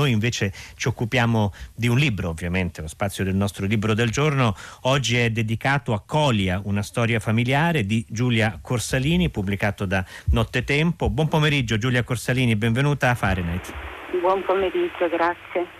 Noi invece ci occupiamo di un libro, ovviamente, lo spazio del nostro libro del giorno. Oggi è dedicato a Colia, una storia familiare di Giulia Corsalini, pubblicato da Nottetempo. Buon pomeriggio Giulia Corsalini, benvenuta a Fahrenheit. Buon pomeriggio, grazie.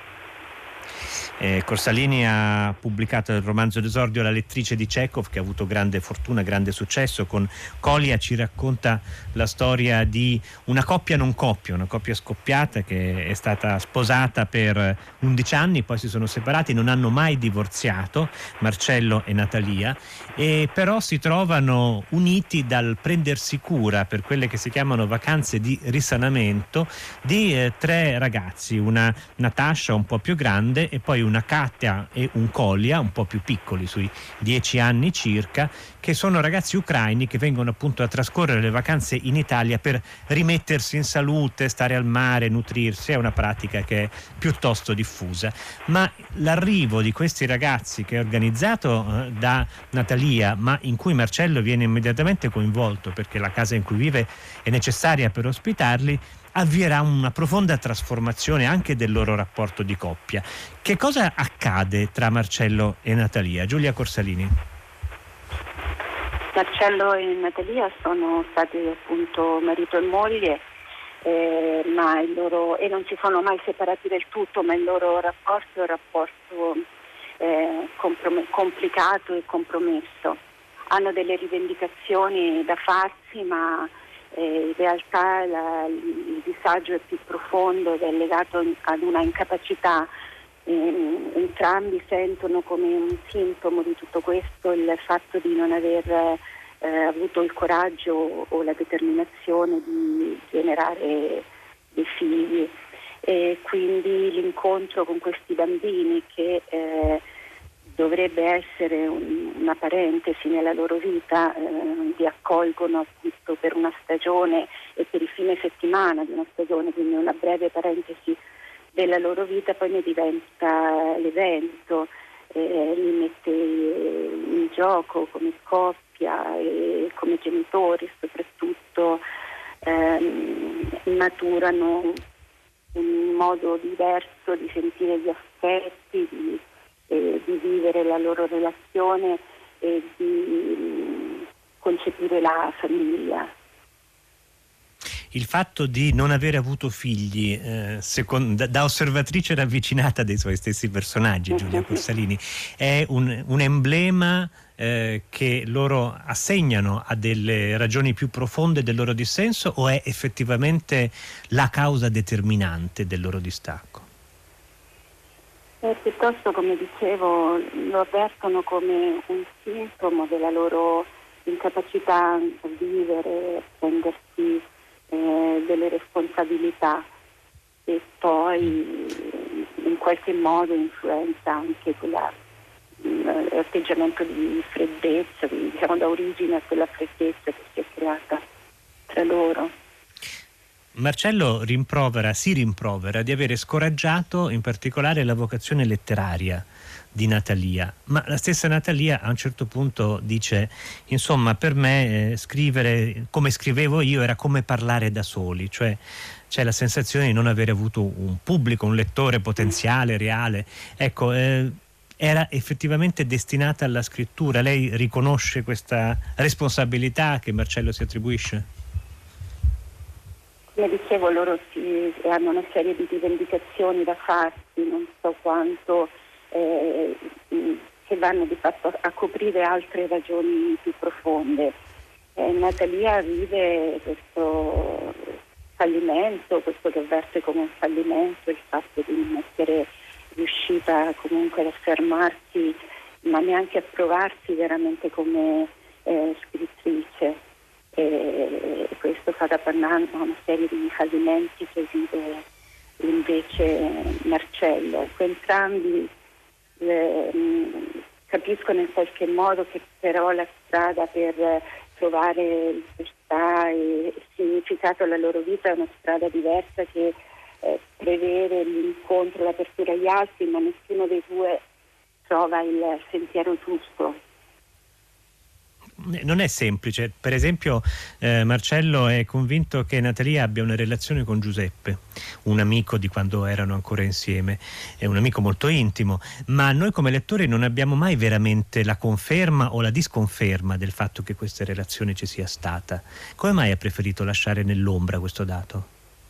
Corsalini ha pubblicato il romanzo d'esordio La lettrice di Chekhov, che ha avuto grande fortuna, grande successo. Con Colia ci racconta la storia di una coppia non coppia, una coppia scoppiata che è stata sposata per 11 anni, poi si sono separati, non hanno mai divorziato, Marcello e Natalia, e però si trovano uniti dal prendersi cura, per quelle che si chiamano vacanze di risanamento, di 3 ragazzi, una Natasha un po' più grande e poi una Katia e un Kolia un po' più piccoli, sui 10 anni circa, che sono ragazzi ucraini che vengono appunto a trascorrere le vacanze in Italia per rimettersi in salute, stare al mare, nutrirsi. È una pratica che è piuttosto diffusa. Ma l'arrivo di questi ragazzi, che è organizzato da Natalia, ma in cui Marcello viene immediatamente coinvolto perché la casa in cui vive è necessaria per ospitarli, avvierà una profonda trasformazione anche del loro rapporto di coppia. Che cosa accade tra Marcello e Natalia? Giulia Corsalini. Marcello e Natalia sono stati appunto marito e moglie, ma e non si sono mai separati del tutto, ma il loro rapporto è un rapporto complicato e compromesso. Hanno delle rivendicazioni da farsi, ma in realtà il disagio è più profondo ed è legato ad una incapacità. Entrambi sentono come un sintomo di tutto questo il fatto di non aver avuto il coraggio o la determinazione di generare dei figli, e quindi l'incontro con questi bambini che dovrebbe essere una parentesi nella loro vita, li accolgono appunto per una stagione e per il fine settimana di una stagione, quindi una breve parentesi della loro vita, poi ne diventa l'evento, li mette in gioco come coppia e come genitori soprattutto, maturano un modo diverso di sentire gli affetti, di vivere la loro relazione e di concepire la famiglia. Il fatto di non aver avuto figli, da osservatrice ravvicinata dei suoi stessi personaggi, Giulia Corsalini, è un emblema che loro assegnano a delle ragioni più profonde del loro dissenso, o è effettivamente la causa determinante del loro distacco? Piuttosto, come dicevo, lo avvertono come un sintomo della loro incapacità a vivere, a prendersi delle responsabilità, e poi in qualche modo influenza anche l'atteggiamento di freddezza, diciamo da origine a quella freddezza che si è creata tra loro. Marcello si rimprovera di avere scoraggiato in particolare la vocazione letteraria di Natalia, ma la stessa Natalia a un certo punto dice: insomma, per me scrivere come scrivevo io era come parlare da soli, cioè c'è la sensazione di non avere avuto un pubblico, un lettore potenziale, reale. Ecco, era effettivamente destinata alla scrittura. Lei riconosce questa responsabilità che Marcello si attribuisce? Come dicevo, loro hanno una serie di rivendicazioni da farsi, non so quanto, che vanno di fatto a coprire altre ragioni più profonde. Natalia vive questo fallimento, questo che avverte come un fallimento, il fatto di non essere riuscita comunque ad affermarsi, ma neanche a provarsi veramente come scrittrice. E questo fa da pannaggio a una serie di fallimenti che vive invece Marcello. Ecco, entrambi capiscono in qualche modo che però la strada per trovare libertà e significato alla loro vita è una strada diversa, che prevede l'incontro, l'apertura agli altri, ma nessuno dei due trova il sentiero giusto. non è semplice. Per esempio Marcello è convinto che Natalia abbia una relazione con Giuseppe, un amico di quando erano ancora insieme, è un amico molto intimo, ma noi come lettori non abbiamo mai veramente la conferma o la disconferma del fatto che questa relazione ci sia stata. Come mai ha preferito lasciare nell'ombra questo dato?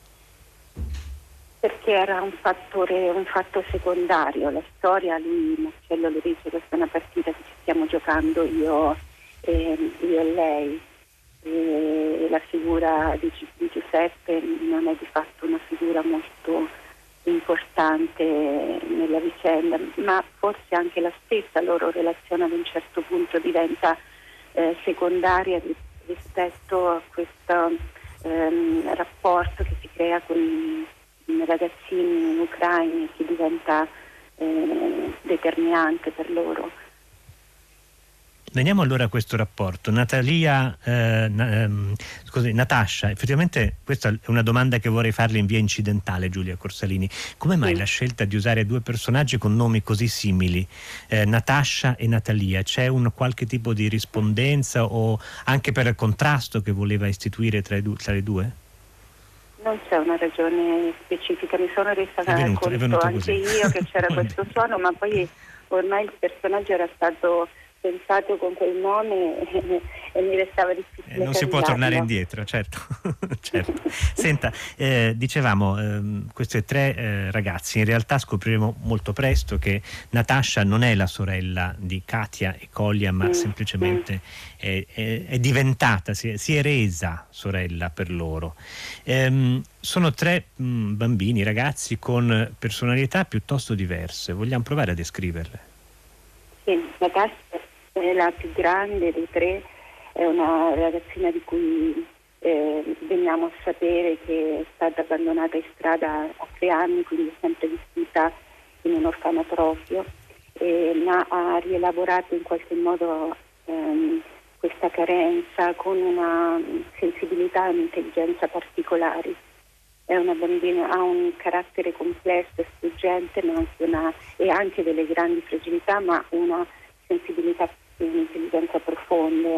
Perché era un fatto secondario. La storia, lui, Marcello lo dice, questa è una partita che ci stiamo giocando io e lei. E la figura di Giuseppe non è di fatto una figura molto importante nella vicenda, ma forse anche la stessa loro relazione ad un certo punto diventa secondaria rispetto a questo rapporto che si crea con i ragazzini ucraini, che diventa determinante per loro. Veniamo allora a questo rapporto. Natascia, effettivamente questa è una domanda che vorrei farle in via incidentale, Giulia Corsalini. Come mai la scelta di usare due personaggi con nomi così simili, Natascia e Natalia? C'è un qualche tipo di rispondenza o anche per il contrasto che voleva istituire tra le due? Non c'è una ragione specifica, mi sono resa conto anche così. Io che c'era questo suono, ma poi ormai il personaggio era stato pensato con quel nome e mi restava difficile. Non si può tornare indietro, certo. Certo. Senta, dicevamo, questi tre ragazzi, in realtà scopriremo molto presto che Natascia non è la sorella di Katia e Kolya, ma semplicemente è diventata, si è resa sorella per loro. Sono tre bambini, ragazzi con personalità piuttosto diverse. Vogliamo provare a descriverle? Sì, Natascia è la più grande dei tre, è una ragazzina di cui veniamo a sapere che è stata abbandonata in strada a 3 anni, quindi è sempre vissuta in un orfanotrofio, ma ha rielaborato in qualche modo questa carenza con una sensibilità e un'intelligenza particolari. È una bambina, ha un carattere complesso e struggente, ma anche delle grandi fragilità, ma una sensibilità e un'intelligenza profonde.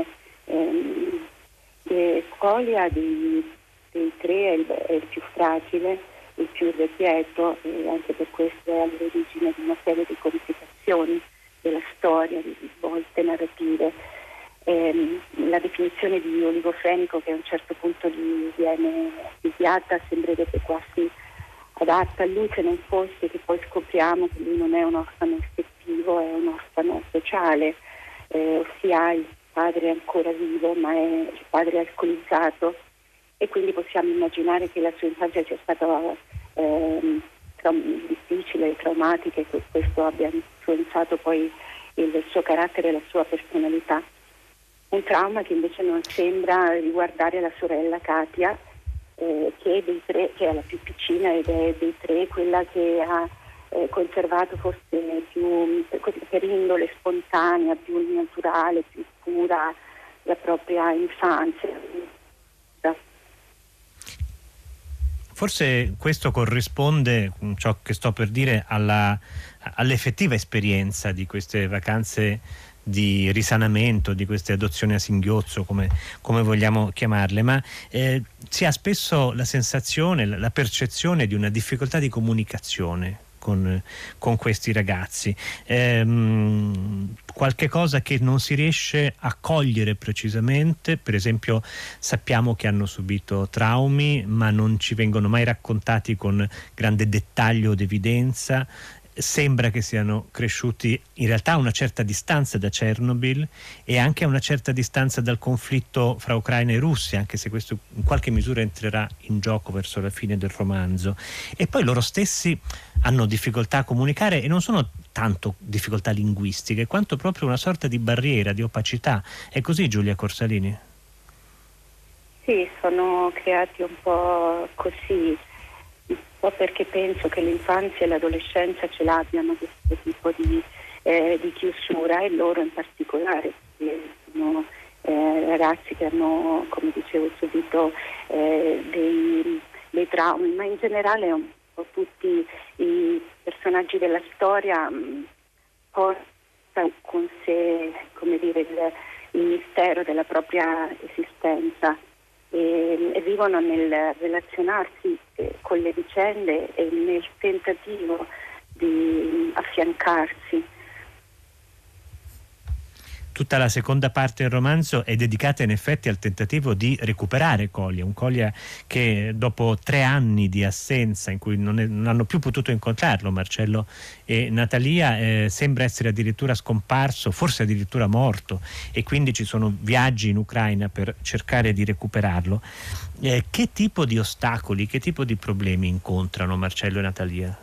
Kolya dei tre è il più fragile, il più irrequieto, e anche per questo è all'origine di una serie di complicazioni della storia, di svolte narrative. La definizione di oligofrenico, che a un certo punto gli viene inviata, sembrerebbe quasi adatta a lui, se non fosse che poi scopriamo che lui non è un orfano effettivo, è un orfano sociale, ossia il padre è ancora vivo ma è il padre alcolizzato, e quindi possiamo immaginare che la sua infanzia sia stata difficile e traumatica, e che questo abbia influenzato poi il suo carattere e la sua personalità. Un trauma che invece non sembra riguardare la sorella Katia, che dei tre, che è la più piccina ed è dei tre quella che ha conservato forse più per indole spontanea, più naturale, più pura la propria infanzia. Forse questo corrisponde, ciò che sto per dire, all'effettiva esperienza di queste vacanze di risanamento, di queste adozioni a singhiozzo, come vogliamo chiamarle, ma si ha spesso la sensazione, la percezione di una difficoltà di comunicazione con questi ragazzi, qualche cosa che non si riesce a cogliere precisamente. Per esempio sappiamo che hanno subito traumi, ma non ci vengono mai raccontati con grande dettaglio ed evidenza. Sembra che siano cresciuti in realtà a una certa distanza da Chernobyl e anche a una certa distanza dal conflitto fra Ucraina e Russia, anche se questo in qualche misura entrerà in gioco verso la fine del romanzo. E poi loro stessi hanno difficoltà a comunicare, e non sono tanto difficoltà linguistiche quanto proprio una sorta di barriera, di opacità. È così, Giulia Corsalini? Sì, sono creati un po' così, un po' perché penso che l'infanzia e l'adolescenza ce l'abbiano questo tipo di chiusura, e loro in particolare sono ragazzi che hanno, come dicevo, subito dei traumi, ma in generale un po' tutti i personaggi della storia portano con sé, come dire, il mistero della propria esistenza e vivono nel relazionarsi con le vicende e nel tentativo di affiancarsi. Tutta la seconda parte del romanzo è dedicata in effetti al tentativo di recuperare Colia, un Colia che dopo 3 anni di assenza in cui non hanno più potuto incontrarlo, Marcello e Natalia, sembra essere addirittura scomparso, forse addirittura morto, e quindi ci sono viaggi in Ucraina per cercare di recuperarlo. Che tipo di ostacoli, che tipo di problemi incontrano Marcello e Natalia?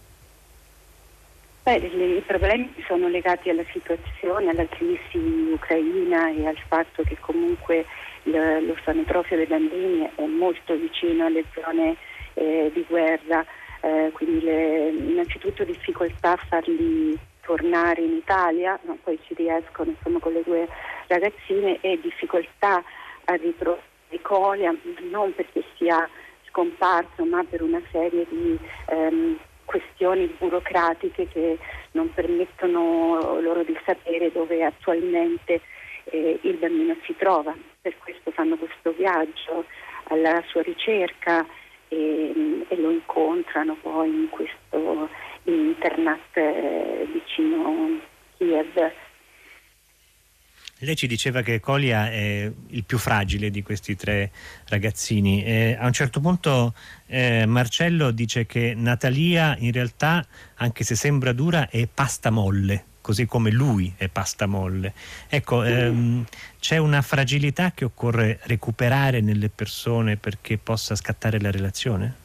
I problemi sono legati alla situazione, alla crisi ucraina e al fatto che comunque l'orfanotrofio dei bambini è molto vicino alle zone di guerra, quindi innanzitutto difficoltà a farli tornare in Italia, ma poi ci riescono insomma con le 2 ragazzine, e difficoltà a ritrovare Colia, non perché sia scomparso, ma per una serie di questioni burocratiche che non permettono loro di sapere dove attualmente il bambino si trova. Per questo fanno questo viaggio alla sua ricerca e lo incontrano poi in questo internat vicino Kiev. Lei ci diceva che Colia è il più fragile di questi 3 ragazzini. A un certo punto Marcello dice che Natalia in realtà, anche se sembra dura, è pasta molle, così come lui è pasta molle. Ecco, c'è una fragilità che occorre recuperare nelle persone perché possa scattare la relazione?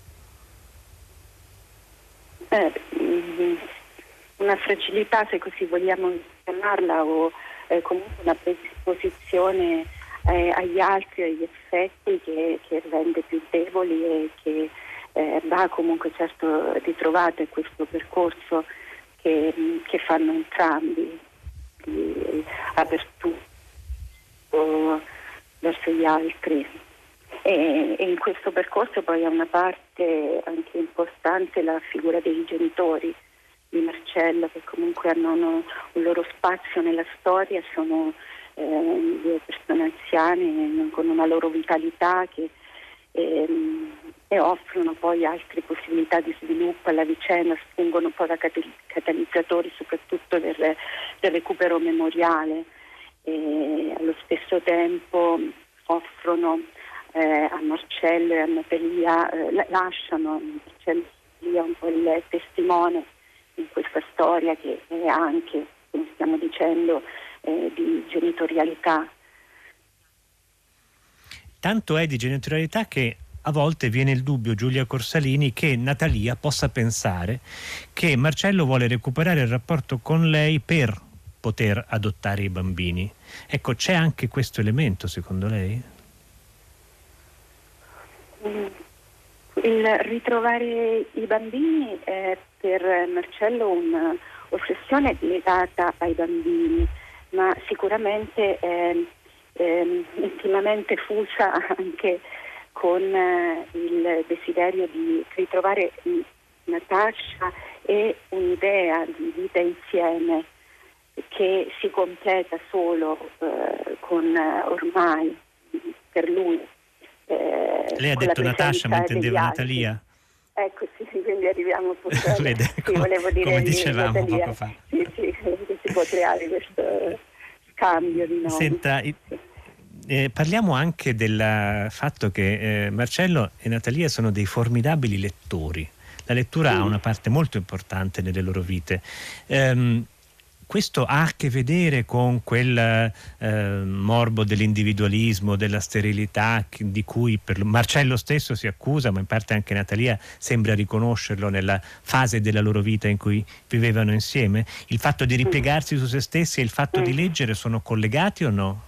Una fragilità, se così vogliamo chiamarla, o comunque una predisposizione agli altri, agli effetti che rende più deboli e che va comunque certo ritrovata in questo percorso che fanno entrambi, di apertura verso gli altri. E in questo percorso poi è una parte anche importante la figura dei genitori di Marcello, che comunque hanno un loro spazio nella storia, sono 2 persone anziane con una loro vitalità e offrono poi altre possibilità di sviluppo alla vicenda, fungono un po' da catalizzatori soprattutto del recupero memoriale, e allo stesso tempo offrono a Marcello e a Natalia, lasciano a Marcello e Natalia un po' il testimone in questa storia che è anche, come stiamo dicendo, di genitorialità. Tanto è di genitorialità che a volte viene il dubbio, Giulia Corsalini, che Natalia possa pensare che Marcello vuole recuperare il rapporto con lei per poter adottare i bambini. Ecco, c'è anche questo elemento secondo lei? Il ritrovare i bambini è per Marcello un'ossessione legata ai bambini, ma sicuramente è intimamente fusa anche con il desiderio di ritrovare Natasha e un'idea di vita insieme che si completa solo con ormai per lui. Lei ha detto Natasha, ma intendeva Natalia? Ecco, sì, quindi arriviamo Vede, sì, volevo dire come dicevamo Natalia. poco fa. Sì, che si può creare questo scambio di nomi. Senta, parliamo anche del fatto che Marcello e Natalia sono dei formidabili lettori. La lettura ha una parte molto importante nelle loro vite. Questo ha a che vedere con quel morbo dell'individualismo, della sterilità di cui Marcello stesso si accusa, ma in parte anche Natalia sembra riconoscerlo nella fase della loro vita in cui vivevano insieme. Il fatto di ripiegarsi su se stessi e il fatto di leggere sono collegati o no?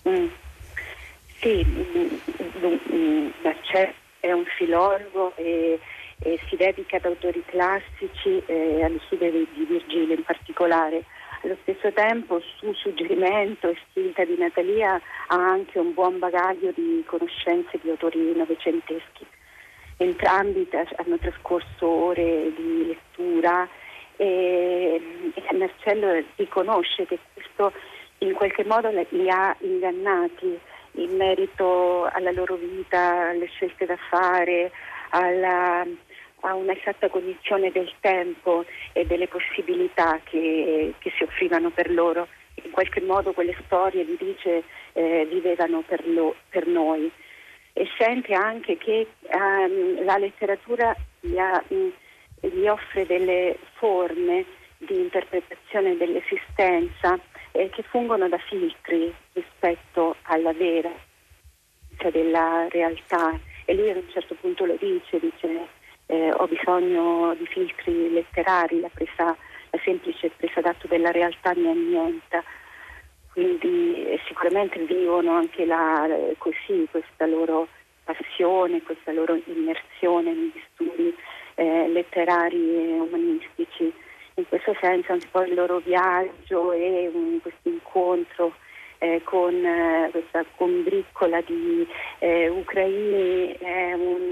Sì, Marcello è un filologo e si dedica ad autori classici, allo studio di Virgilio in particolare. Allo stesso tempo, su suggerimento e spinta di Natalia, ha anche un buon bagaglio di conoscenze di autori novecenteschi. Entrambi hanno trascorso ore di lettura e Marcello riconosce che questo in qualche modo li ha ingannati in merito alla loro vita, alle scelte da fare, a una esatta cognizione del tempo e delle possibilità che si offrivano per loro. In qualche modo quelle storie, vi dice, vivevano per noi. E sente anche che la letteratura gli offre delle forme di interpretazione dell'esistenza che fungono da filtri rispetto alla vera della realtà. E lui a un certo punto lo dice ho bisogno di filtri letterari, la semplice presa d'atto della realtà mi annienta. Quindi sicuramente vivono anche così questa loro passione, questa loro immersione negli studi letterari e umanistici. In questo senso anche poi il loro viaggio e questo incontro con questa combriccola di ucraini è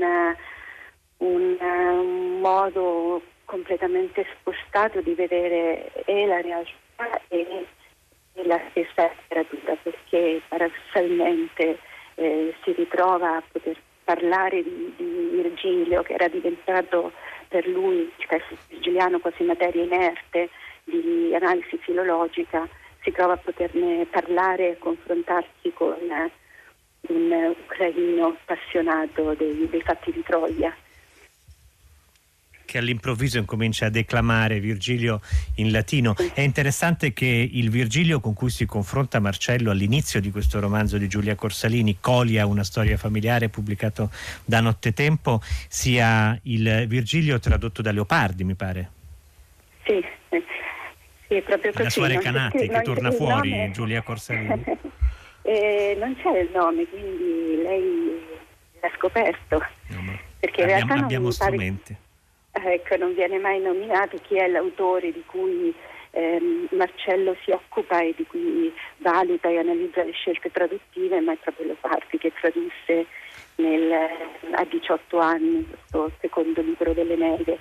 un modo completamente spostato di vedere la realtà e la stessa letteratura, perché paradossalmente si ritrova a poter parlare di Virgilio, che era diventato per lui il testo virgiliano quasi materia inerte di analisi filologica, si trova a poterne parlare e confrontarsi con un ucraino appassionato dei fatti di Troia, che all'improvviso incomincia a declamare Virgilio in latino. È interessante che il Virgilio con cui si confronta Marcello all'inizio di questo romanzo di Giulia Corsalini, Colia, una storia familiare, pubblicato da Nottetempo, sia il Virgilio tradotto da Leopardi, mi pare. Sì, è proprio così. La sua Recanati che torna fuori, nome... Giulia Corsalini. Non c'è il nome, quindi lei l'ha scoperto. No, perché in realtà abbiamo strumenti. Ecco, non viene mai nominato chi è l'autore di cui Marcello si occupa e di cui valuta e analizza le scelte traduttive, ma è proprio Leopardi che tradusse a 18 anni questo secondo libro dell'Eneide.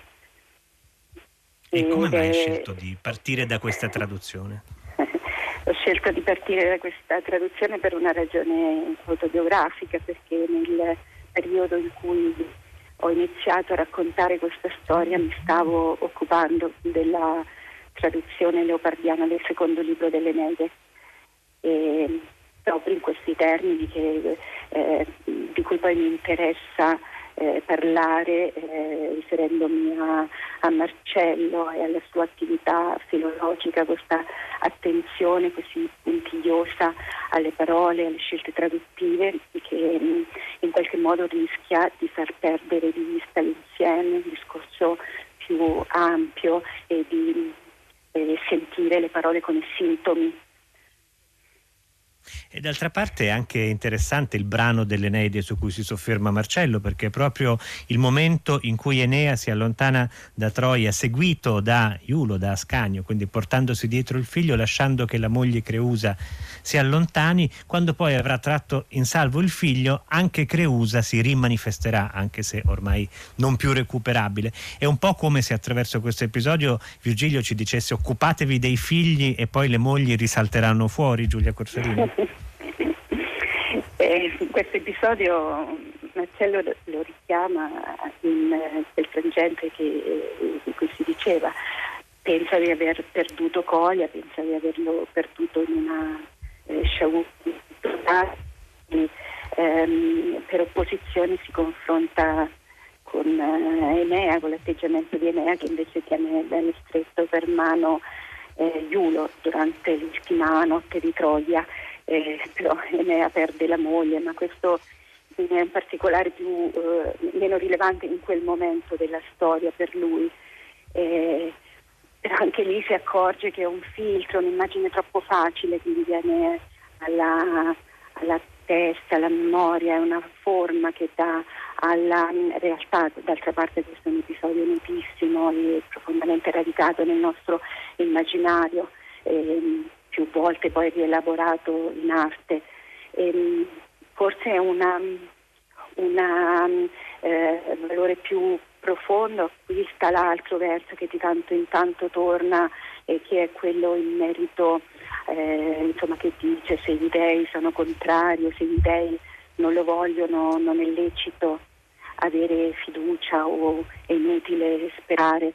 E come mai hai scelto di partire da questa traduzione? Ho scelto di partire da questa traduzione per una ragione autobiografica, perché nel periodo in cui ho iniziato a raccontare questa storia mi stavo occupando della traduzione leopardiana del secondo libro dell'Eneide, e proprio in questi termini di cui poi mi interessa parlare, riferendomi a Marcello e alla sua attività filologica, questa attenzione così puntigliosa alle parole, alle scelte traduttive, che in qualche modo rischia di far perdere di vista l'insieme, un discorso più ampio e di sentire le parole come sintomi. E d'altra parte è anche interessante il brano dell'Eneide su cui si sofferma Marcello, perché è proprio il momento in cui Enea si allontana da Troia, seguito da Iulo, da Ascanio, quindi portandosi dietro il figlio, lasciando che la moglie Creusa si allontani. Quando poi avrà tratto in salvo il figlio, anche Creusa si rimanifesterà, anche se ormai non più recuperabile. È un po' come se attraverso questo episodio Virgilio ci dicesse: occupatevi dei figli e poi le mogli risalteranno fuori, Giulia Corsalini. Questo episodio Marcello lo richiama in quel frangente di cui si diceva. Pensa di aver perduto Colia, pensa di averlo perduto in una sciagura, per opposizione si confronta con Enea, con l'atteggiamento di Enea, che invece tiene ben stretto per mano Iulo durante l'ultima notte di Troia. Però Enea perde la moglie, ma questo è un particolare meno rilevante in quel momento della storia per lui. Però anche lì si accorge che è un filtro, un'immagine troppo facile che gli viene alla testa, alla memoria, è una forma che dà alla realtà. D'altra parte questo è un episodio notissimo e profondamente radicato nel nostro immaginario, più volte poi rielaborato in arte. Forse è un valore più profondo acquista l'altro verso che di tanto in tanto torna, che è quello in merito, insomma, che dice: se gli dei sono contrari, se gli dei non lo vogliono, non è lecito avere fiducia o è inutile sperare.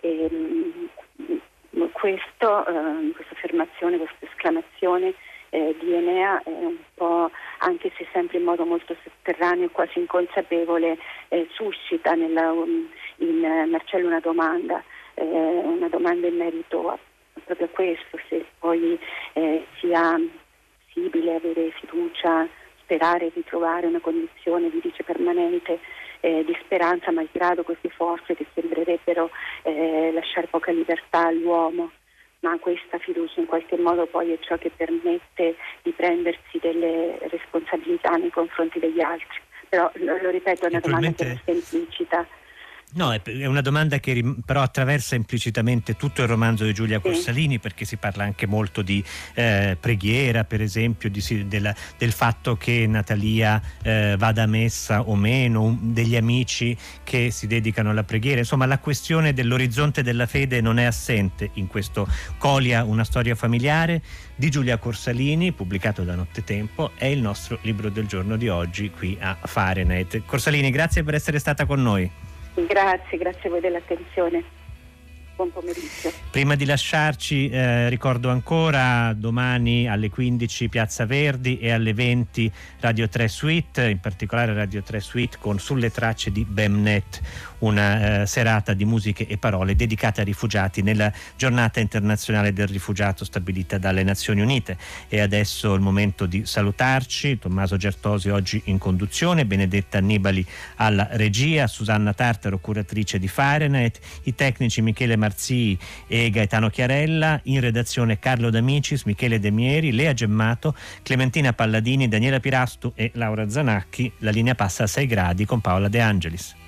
Questa affermazione, questa esclamazione di Enea è un po', anche se sempre in modo molto sotterraneo e quasi inconsapevole, suscita in Marcello una domanda in merito proprio a questo: se poi sia possibile avere fiducia, sperare di trovare una condizione di dice permanente di speranza, malgrado queste forze che sembrerebbero lasciare poca libertà all'uomo. Ma questa fiducia in qualche modo poi è ciò che permette di prendersi delle responsabilità nei confronti degli altri. Però, lo ripeto, è una domanda che resta implicita. No, è una domanda che però attraversa implicitamente tutto il romanzo di Giulia Corsalini, perché si parla anche molto di preghiera, per esempio, del fatto che Natalia vada a messa o meno, degli amici che si dedicano alla preghiera. Insomma, la questione dell'orizzonte della fede non è assente in questo Colia, una storia familiare di Giulia Corsalini, pubblicato da Nottetempo. È il nostro libro del giorno di oggi qui a Fahrenheit. Corsalini, grazie per essere stata con noi. Grazie a voi dell'attenzione. Buon pomeriggio. Prima di lasciarci ricordo ancora: domani alle 15 Piazza Verdi e alle 20 Radio 3 Suite, in particolare Radio 3 Suite con Sulle tracce di Bemnet, una serata di musiche e parole dedicata ai rifugiati nella giornata internazionale del rifugiato stabilita dalle Nazioni Unite. E adesso il momento di salutarci. Tommaso Gertosi oggi in conduzione, Benedetta Annibali alla regia, Susanna Tartaro curatrice di Fahrenheit, i tecnici Michele Marzii e Gaetano Chiarella, in redazione Carlo D'Amicis, Michele De Mieri, Lea Gemmato, Clementina Palladini, Daniela Pirastu e Laura Zanacchi. La linea passa a 6 gradi con Paola De Angelis.